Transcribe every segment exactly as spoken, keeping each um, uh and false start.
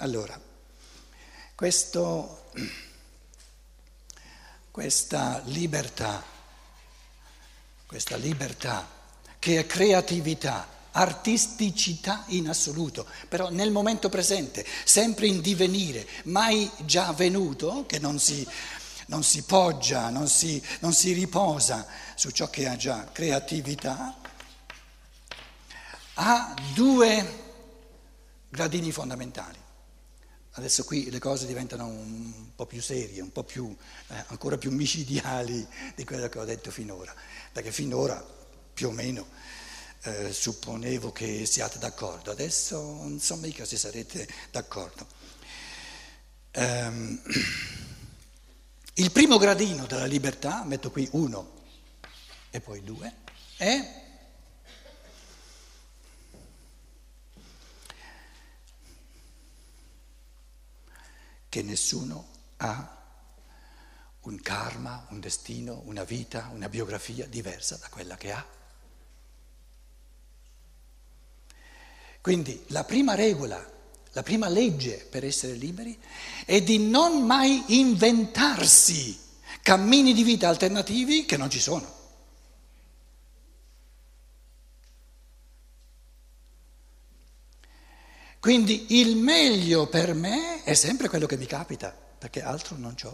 Allora, questo, questa libertà, questa libertà che è creatività, artisticità in assoluto, però nel momento presente, sempre in divenire, mai già avvenuto, che non si, non si poggia, non si, non si riposa su ciò che ha già creatività, ha due gradini fondamentali. Adesso qui le cose diventano un po' più serie, un po' più, eh, ancora più micidiali di quello che ho detto finora, perché finora più o meno eh, supponevo che siate d'accordo, adesso non so mica se sarete d'accordo. Um, il primo gradino della libertà, metto qui uno e poi due, è che nessuno ha un karma, un destino, una vita, una biografia diversa da quella che ha. Quindi la prima regola, la prima legge per essere liberi è di non mai inventarsi cammini di vita alternativi che non ci sono. Quindi il meglio per me è sempre quello che mi capita, perché altro non c'ho.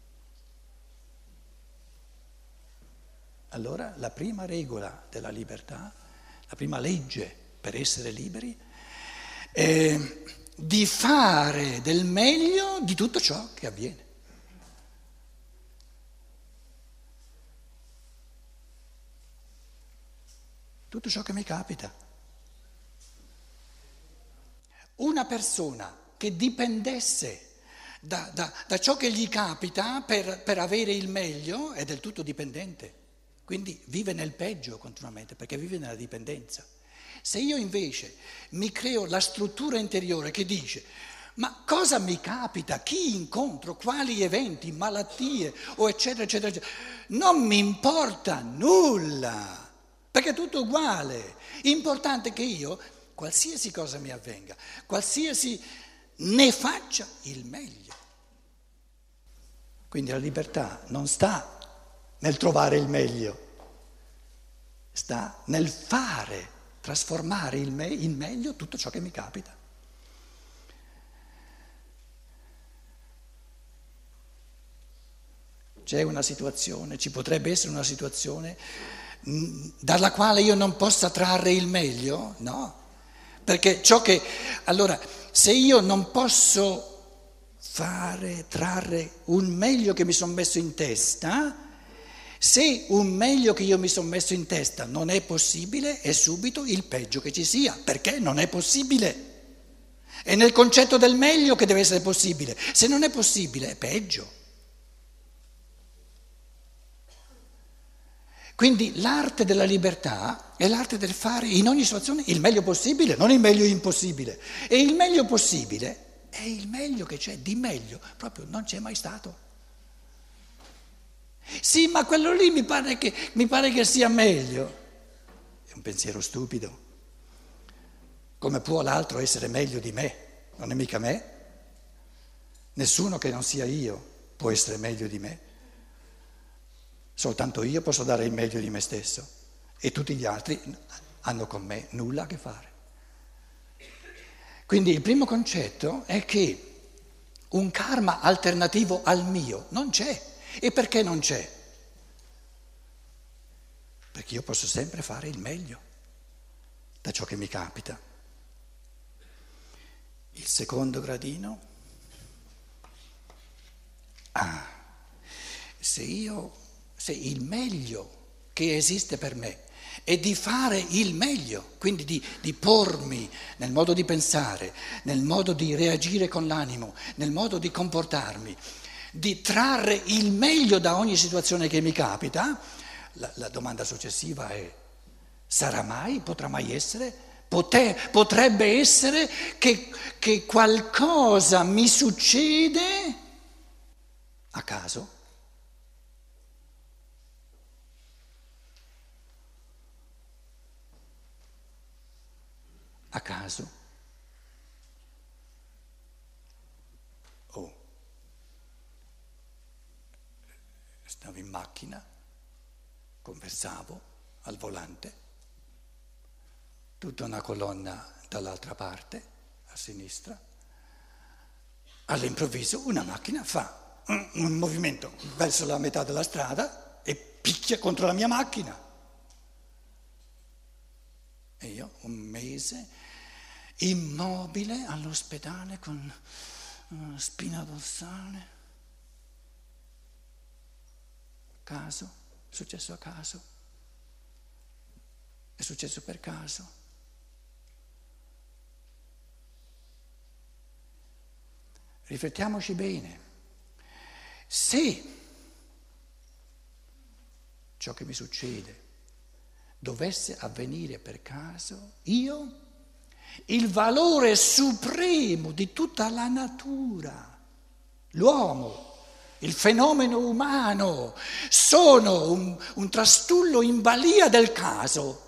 Allora la prima regola della libertà, la prima legge per essere liberi, è di fare del meglio di tutto ciò che avviene. Tutto ciò che mi capita. Una persona che dipendesse da, da, da ciò che gli capita per, per avere il meglio è del tutto dipendente, quindi vive nel peggio continuamente perché vive nella dipendenza. Se io invece mi creo la struttura interiore che dice ma cosa mi capita, chi incontro, quali eventi, malattie o eccetera eccetera eccetera, non mi importa nulla perché è tutto uguale, importante che io qualsiasi cosa mi avvenga, qualsiasi ne faccia il meglio. Quindi la libertà non sta nel trovare il meglio, sta nel fare, trasformare il me- in meglio tutto ciò che mi capita. C'è una situazione, ci potrebbe essere una situazione mh, dalla quale io non possa trarre il meglio? No. Perché ciò che, allora, se io non posso fare, trarre un meglio che mi sono messo in testa, se un meglio che io mi sono messo in testa non è possibile, è subito il peggio che ci sia, perché non è possibile. È nel concetto del meglio che deve essere possibile, se non è possibile è peggio. Quindi l'arte della libertà è l'arte del fare in ogni situazione il meglio possibile, non il meglio impossibile. E il meglio possibile è il meglio che c'è, di meglio proprio non c'è mai stato. Sì, ma quello lì mi pare che, mi pare che sia meglio. È un pensiero stupido. Come può l'altro essere meglio di me? Non è mica me. Nessuno che non sia io può essere meglio di me. Soltanto io posso dare il meglio di me stesso e tutti gli altri hanno con me nulla a che fare. Quindi il primo concetto è che un karma alternativo al mio non c'è. E perché non c'è? Perché io posso sempre fare il meglio da ciò che mi capita. Il secondo gradino, ah, se io... se il meglio che esiste per me è di fare il meglio, quindi di, di pormi nel modo di pensare, nel modo di reagire con l'animo, nel modo di comportarmi, di trarre il meglio da ogni situazione che mi capita, la, la domanda successiva è: sarà mai, potrà mai essere, Pote, potrebbe essere che, che qualcosa mi succede a caso? A caso. Oh, stavo in macchina, conversavo al volante, tutta una colonna dall'altra parte, a sinistra, all'improvviso una macchina fa un, un movimento verso la metà della strada e picchia contro la mia macchina. E io un mese immobile all'ospedale con una spina dorsale. Caso, è successo a caso, è successo per caso. Riflettiamoci bene. Se ciò che mi succede dovesse avvenire per caso, io, il valore supremo di tutta la natura, l'uomo, il fenomeno umano, sono un, un trastullo in balia del caso.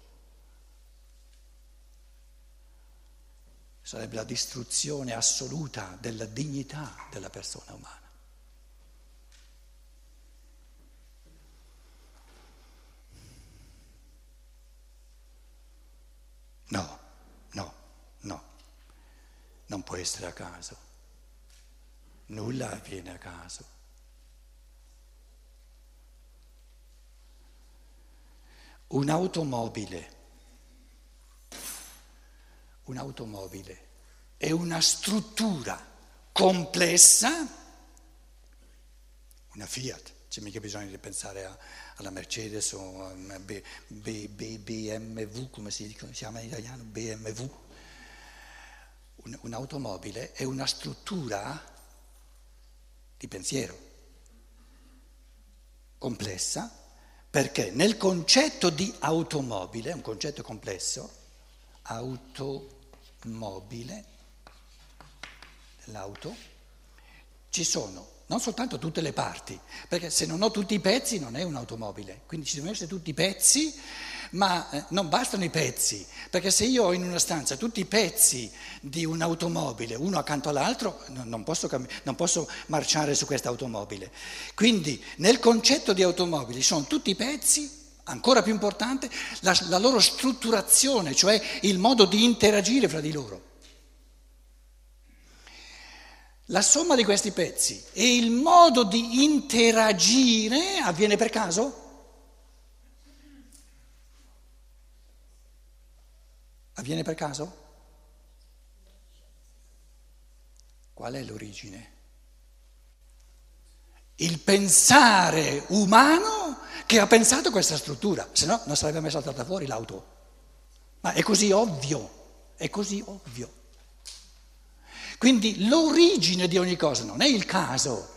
Sarebbe la distruzione assoluta della dignità della persona umana. No, no, no, non può essere a caso. Nulla avviene a caso. Un'automobile, un'automobile è una struttura complessa, una Fiat, c'è mica bisogno di pensare a, alla Mercedes o a B, B, B, B M W, come si chiama in italiano, B M W. Un, un'automobile è una struttura di pensiero complessa, perché nel concetto di automobile, un concetto complesso, automobile, l'auto, ci sono non soltanto tutte le parti, perché se non ho tutti i pezzi non è un'automobile, quindi ci devono essere tutti i pezzi, ma eh, non bastano i pezzi, perché se io ho in una stanza tutti i pezzi di un'automobile, uno accanto all'altro, non, non, posso, non posso marciare su questa automobile. Quindi nel concetto di automobili sono tutti i pezzi, ancora più importante, la, la loro strutturazione, cioè il modo di interagire fra di loro. La somma di questi pezzi e il modo di interagire avviene per caso? Avviene per caso? Qual è l'origine? Il pensare umano che ha pensato questa struttura, se no non sarebbe mai saltata fuori l'auto. Ma è così ovvio, è così ovvio. Quindi l'origine di ogni cosa non è il caso.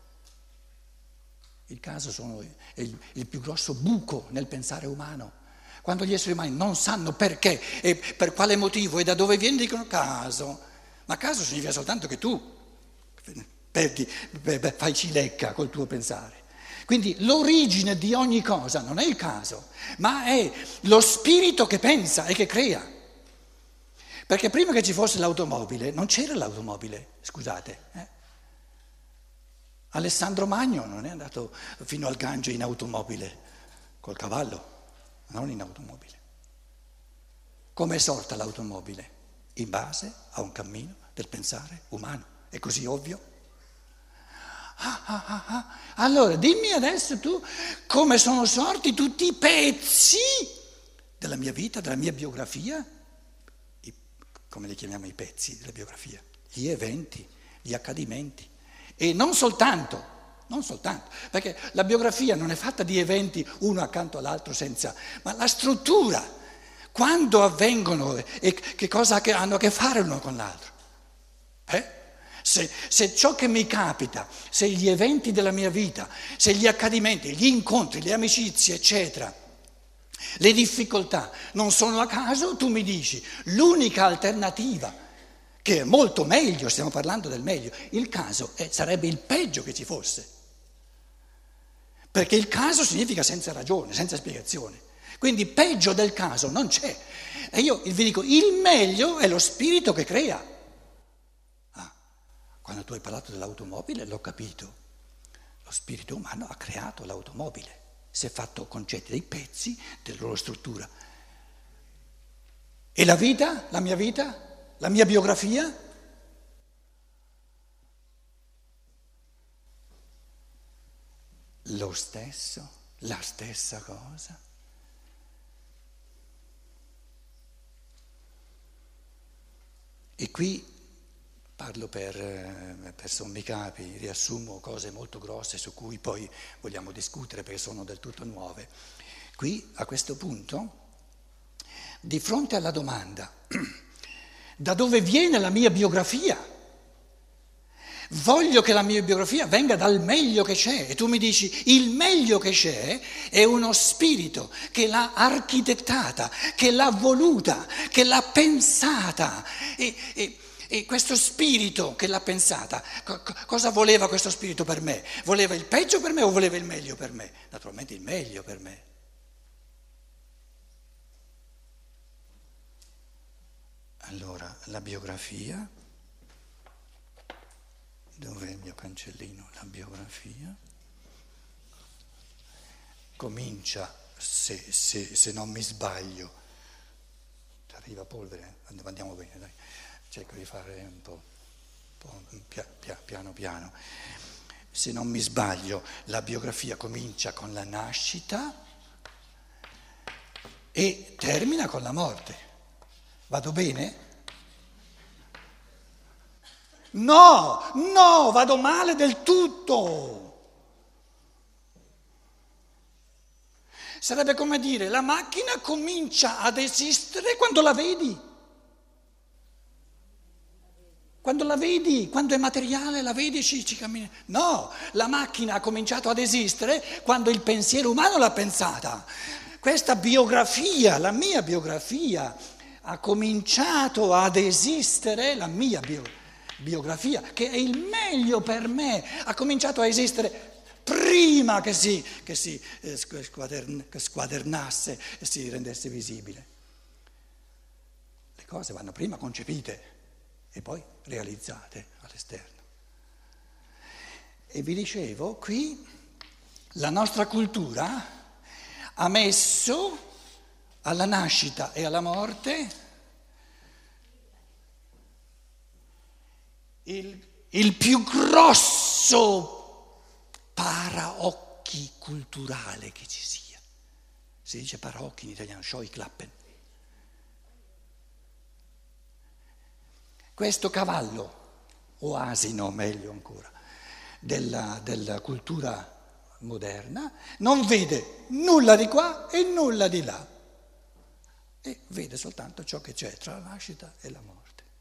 Il caso sono il, il più grosso buco nel pensare umano. Quando gli esseri umani non sanno perché e per quale motivo e da dove viene, dicono caso. Ma caso significa soltanto che tu perdi, fai cilecca col tuo pensare. Quindi l'origine di ogni cosa non è il caso, ma è lo spirito che pensa e che crea. Perché prima che ci fosse l'automobile, non c'era l'automobile, scusate. Eh? Alessandro Magno non è andato fino al Gange in automobile, col cavallo, non in automobile. Come è sorta l'automobile? In base a un cammino del pensare umano. È così ovvio? Ah, ah, ah, ah. Allora, dimmi adesso tu come sono sorti tutti i pezzi della mia vita, della mia biografia, I, come li chiamiamo i pezzi della biografia, gli eventi, gli accadimenti. E non soltanto, non soltanto, perché la biografia non è fatta di eventi uno accanto all'altro senza, ma la struttura, quando avvengono e che cosa hanno a che fare l'uno con l'altro. Eh? Se, se ciò che mi capita, se gli eventi della mia vita, se gli accadimenti, gli incontri, le amicizie, eccetera, le difficoltà non sono a caso, tu mi dici l'unica alternativa, che è molto meglio, stiamo parlando del meglio, il caso è, sarebbe il peggio che ci fosse, perché il caso significa senza ragione, senza spiegazione, quindi peggio del caso non c'è. E io vi dico, il meglio è lo spirito che crea. quando tu hai parlato dell'automobile l'ho capito. Lo spirito umano ha creato l'automobile, si è fatto concetti dei pezzi della loro struttura. E la vita, la mia vita, la mia biografia? Lo stesso, la stessa cosa. E qui parlo per, per sommi capi, riassumo cose molto grosse su cui poi vogliamo discutere perché sono del tutto nuove. Qui, a questo punto, di fronte alla domanda da dove viene la mia biografia? Voglio che la mia biografia venga dal meglio che c'è e tu mi dici il meglio che c'è è uno spirito che l'ha architettata, che l'ha voluta, che l'ha pensata e, e, e questo spirito che l'ha pensata, co- cosa voleva questo spirito per me? Voleva il peggio per me o voleva il meglio per me? Naturalmente il meglio per me. Allora, la biografia, dov'è il mio cancellino? La biografia comincia, se, se, se non mi sbaglio, ti arriva polvere, andiamo bene, dai, cerco di fare un po', un po' pia, pia, piano piano. Se non mi sbaglio, la biografia comincia con la nascita e termina con la morte. Vado bene? No, no, vado male del tutto. Sarebbe come dire, la macchina comincia ad esistere quando la vedi. Quando la vedi, quando è materiale, la vedi e ci, ci cammina. No, la macchina ha cominciato ad esistere quando il pensiero umano l'ha pensata. Questa biografia, la mia biografia, ha cominciato ad esistere, la mia biografia. biografia, che è il meglio per me, ha cominciato a esistere prima che si, che si eh, squadern, che squadernasse e si rendesse visibile. Le cose vanno prima concepite e poi realizzate all'esterno. E vi dicevo, qui la nostra cultura ha messo alla nascita e alla morte il, il più grosso paraocchi culturale che ci sia. Si dice paraocchi in italiano, Scheuklappen. Questo cavallo, o asino meglio ancora, della, della cultura moderna, non vede nulla di qua e nulla di là. E vede soltanto ciò che c'è tra la nascita e la morte.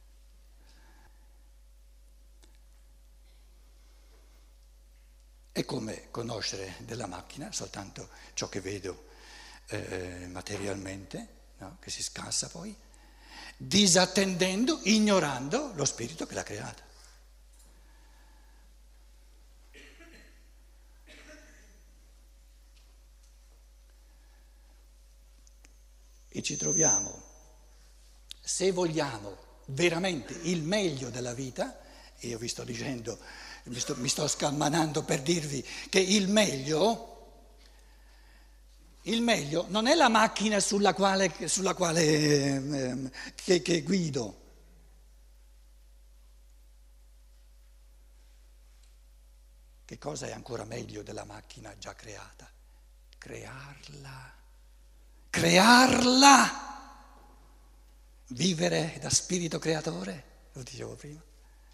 È come conoscere della macchina soltanto ciò che vedo eh, materialmente, no? Che si scassa poi, disattendendo, ignorando lo spirito che l'ha creata. E ci troviamo, se vogliamo veramente il meglio della vita, e io vi sto dicendo, mi sto, mi sto scalmanando per dirvi che il meglio, il meglio non è la macchina sulla quale, sulla quale eh, che, che guido. Che cosa è ancora meglio della macchina già creata? Crearla. Crearla, vivere da spirito creatore, lo dicevo prima.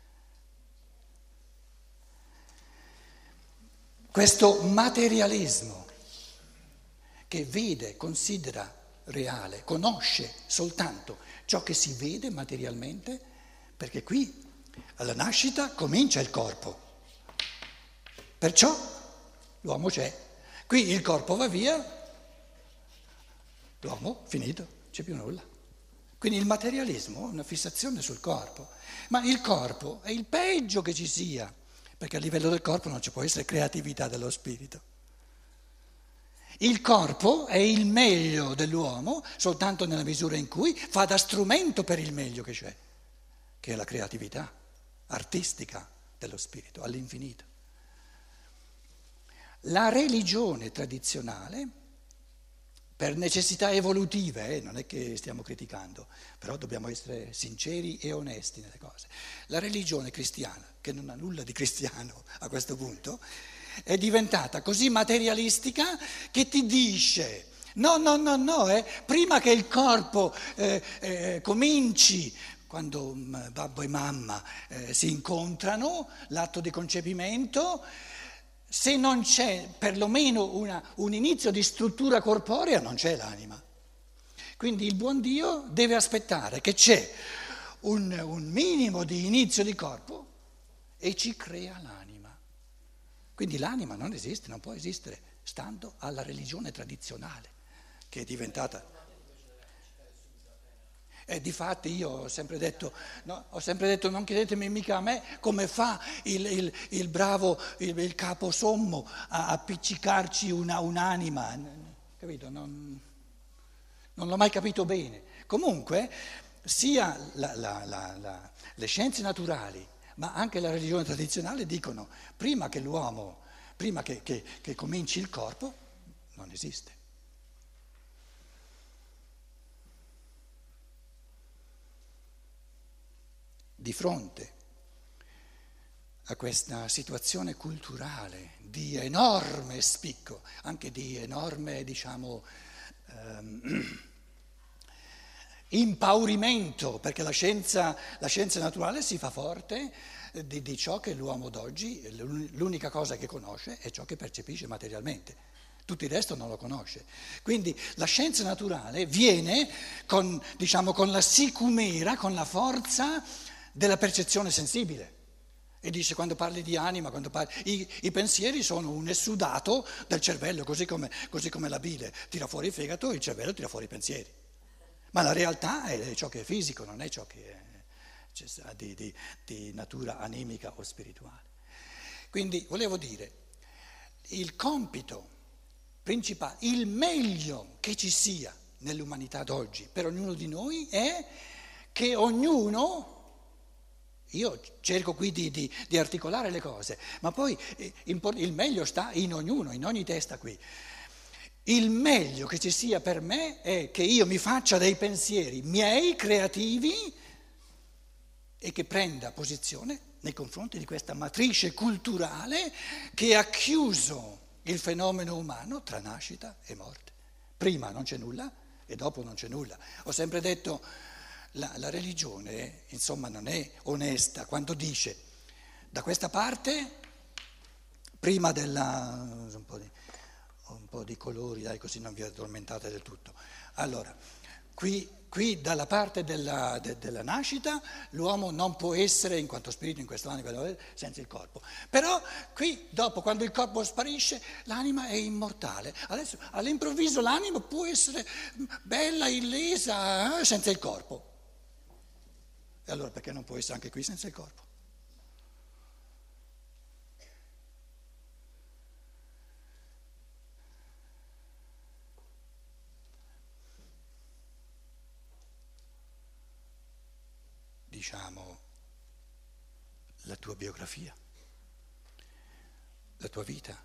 Questo materialismo che vede, considera reale, conosce soltanto ciò che si vede materialmente, perché qui alla nascita comincia il corpo, perciò l'uomo c'è, qui il corpo va via. L'uomo, finito, non c'è più nulla. Quindi il materialismo è una fissazione sul corpo, ma il corpo è il peggio che ci sia, perché a livello del corpo non ci può essere creatività dello spirito. Il corpo è il meglio dell'uomo soltanto nella misura in cui fa da strumento per il meglio che c'è, che è la creatività artistica, dello spirito, all'infinito. La religione tradizionale, per necessità evolutive, eh, non è che stiamo criticando, però dobbiamo essere sinceri e onesti nelle cose. La religione cristiana, che non ha nulla di cristiano a questo punto, è diventata così materialistica che ti dice no, no, no, no, eh, prima che il corpo eh, eh, cominci, quando um, babbo e mamma eh, si incontrano, l'atto di concepimento, se non c'è perlomeno una, un inizio di struttura corporea, non c'è l'anima. Quindi il buon Dio deve aspettare che c'è un, un minimo di inizio di corpo e ci crea l'anima. Quindi l'anima non esiste, non può esistere, stando alla religione tradizionale, che è diventata... E difatti io ho sempre detto, no, ho sempre detto non chiedetemi mica a me come fa il, il, il bravo, il, il capo sommo a appiccicarci una, un'anima, capito? Non, non l'ho mai capito bene. Comunque sia la, la, la, la, le scienze naturali ma anche la religione tradizionale dicono prima che l'uomo, prima che, che, che cominci il corpo, non esiste. Di fronte a questa situazione culturale di enorme spicco, anche di enorme, diciamo, ehm, impaurimento, perché la scienza, la scienza naturale si fa forte di, di ciò che l'uomo d'oggi, l'unica cosa che conosce è ciò che percepisce materialmente. Tutto il resto non lo conosce. Quindi la scienza naturale viene con, diciamo, con la sicumera, con la forza della percezione sensibile. E dice quando parli di anima, quando parli, i, i pensieri sono un essudato del cervello, così come, così come la bile tira fuori il fegato, il cervello tira fuori i pensieri. Ma la realtà è ciò che è fisico, non è ciò che è cioè, di, di, di natura animica o spirituale. Quindi volevo dire, il compito principale, il meglio che ci sia nell'umanità d'oggi per ognuno di noi è che ognuno... Io cerco qui di, di, di articolare le cose, ma poi eh, il meglio sta in ognuno, in ogni testa qui. Il meglio che ci sia per me è che io mi faccia dei pensieri miei, creativi, e che prenda posizione nei confronti di questa matrice culturale che ha chiuso il fenomeno umano tra nascita e morte. Prima non c'è nulla e dopo non c'è nulla. Ho sempre detto... La, la religione, insomma, non è onesta quando dice da questa parte, prima della... un po' di, un po' di colori, dai, così non vi addormentate del tutto. Allora, qui, qui dalla parte della, de, della nascita l'uomo non può essere, in quanto spirito, in questo anima, senza il corpo. Però qui, dopo, quando il corpo sparisce, l'anima è immortale. Adesso, all'improvviso, l'anima può essere bella, illesa, eh, senza il corpo. E allora perché non può essere anche qui senza il corpo? Diciamo, la tua biografia, la tua vita,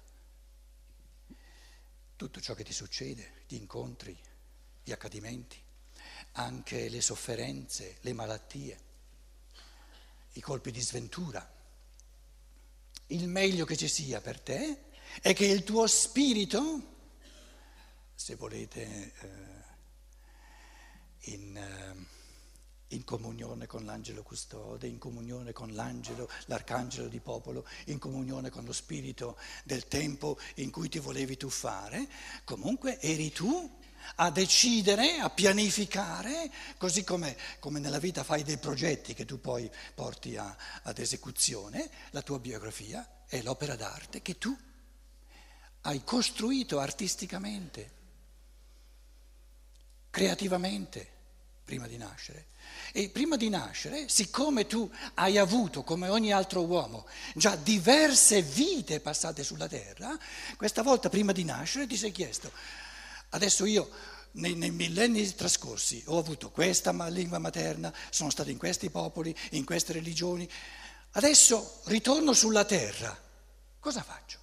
tutto ciò che ti succede, gli incontri, gli accadimenti, anche le sofferenze, le malattie, i colpi di sventura. Il meglio che ci sia per te è che il tuo spirito, se volete, eh, in, eh, in comunione con l'angelo custode, in comunione con l'angelo, l'arcangelo di popolo, in comunione con lo spirito del tempo in cui ti volevi tuffare, comunque eri tu a decidere, a pianificare, così come, come nella vita fai dei progetti che tu poi porti a, ad esecuzione, la tua biografia è l'opera d'arte che tu hai costruito artisticamente, creativamente, prima di nascere. E prima di nascere, siccome tu hai avuto, come ogni altro uomo, già diverse vite passate sulla terra, questa volta prima di nascere ti sei chiesto: adesso io nei, nei millenni trascorsi ho avuto questa lingua materna, sono stato in questi popoli, in queste religioni, Adesso ritorno sulla terra, cosa faccio?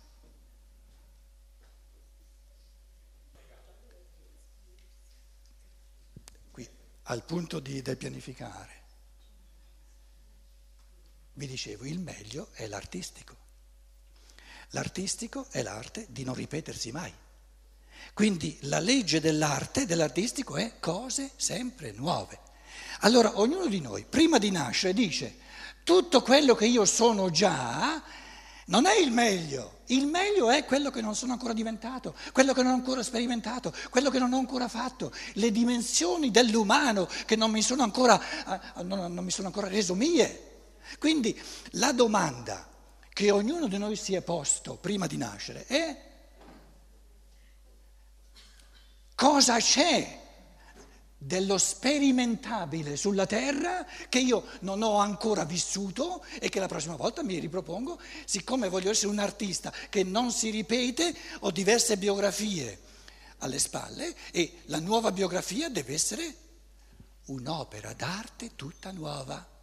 Qui, al punto di, del pianificare, vi dicevo, il meglio è l'artistico. L'artistico è l'arte di non ripetersi mai. Quindi la legge dell'arte, dell'artistico, è cose sempre nuove. Allora ognuno di noi, prima di nascere, dice: tutto quello che io sono già non è il meglio, il meglio è quello che non sono ancora diventato, quello che non ho ancora sperimentato, quello che non ho ancora fatto, le dimensioni dell'umano che non mi sono ancora, non, non mi sono ancora reso mie. Quindi la domanda che ognuno di noi si è posto prima di nascere è: cosa c'è dello sperimentabile sulla terra che io non ho ancora vissuto e che la prossima volta mi ripropongo, siccome voglio essere un artista che non si ripete, ho diverse biografie alle spalle e la nuova biografia deve essere un'opera d'arte tutta nuova.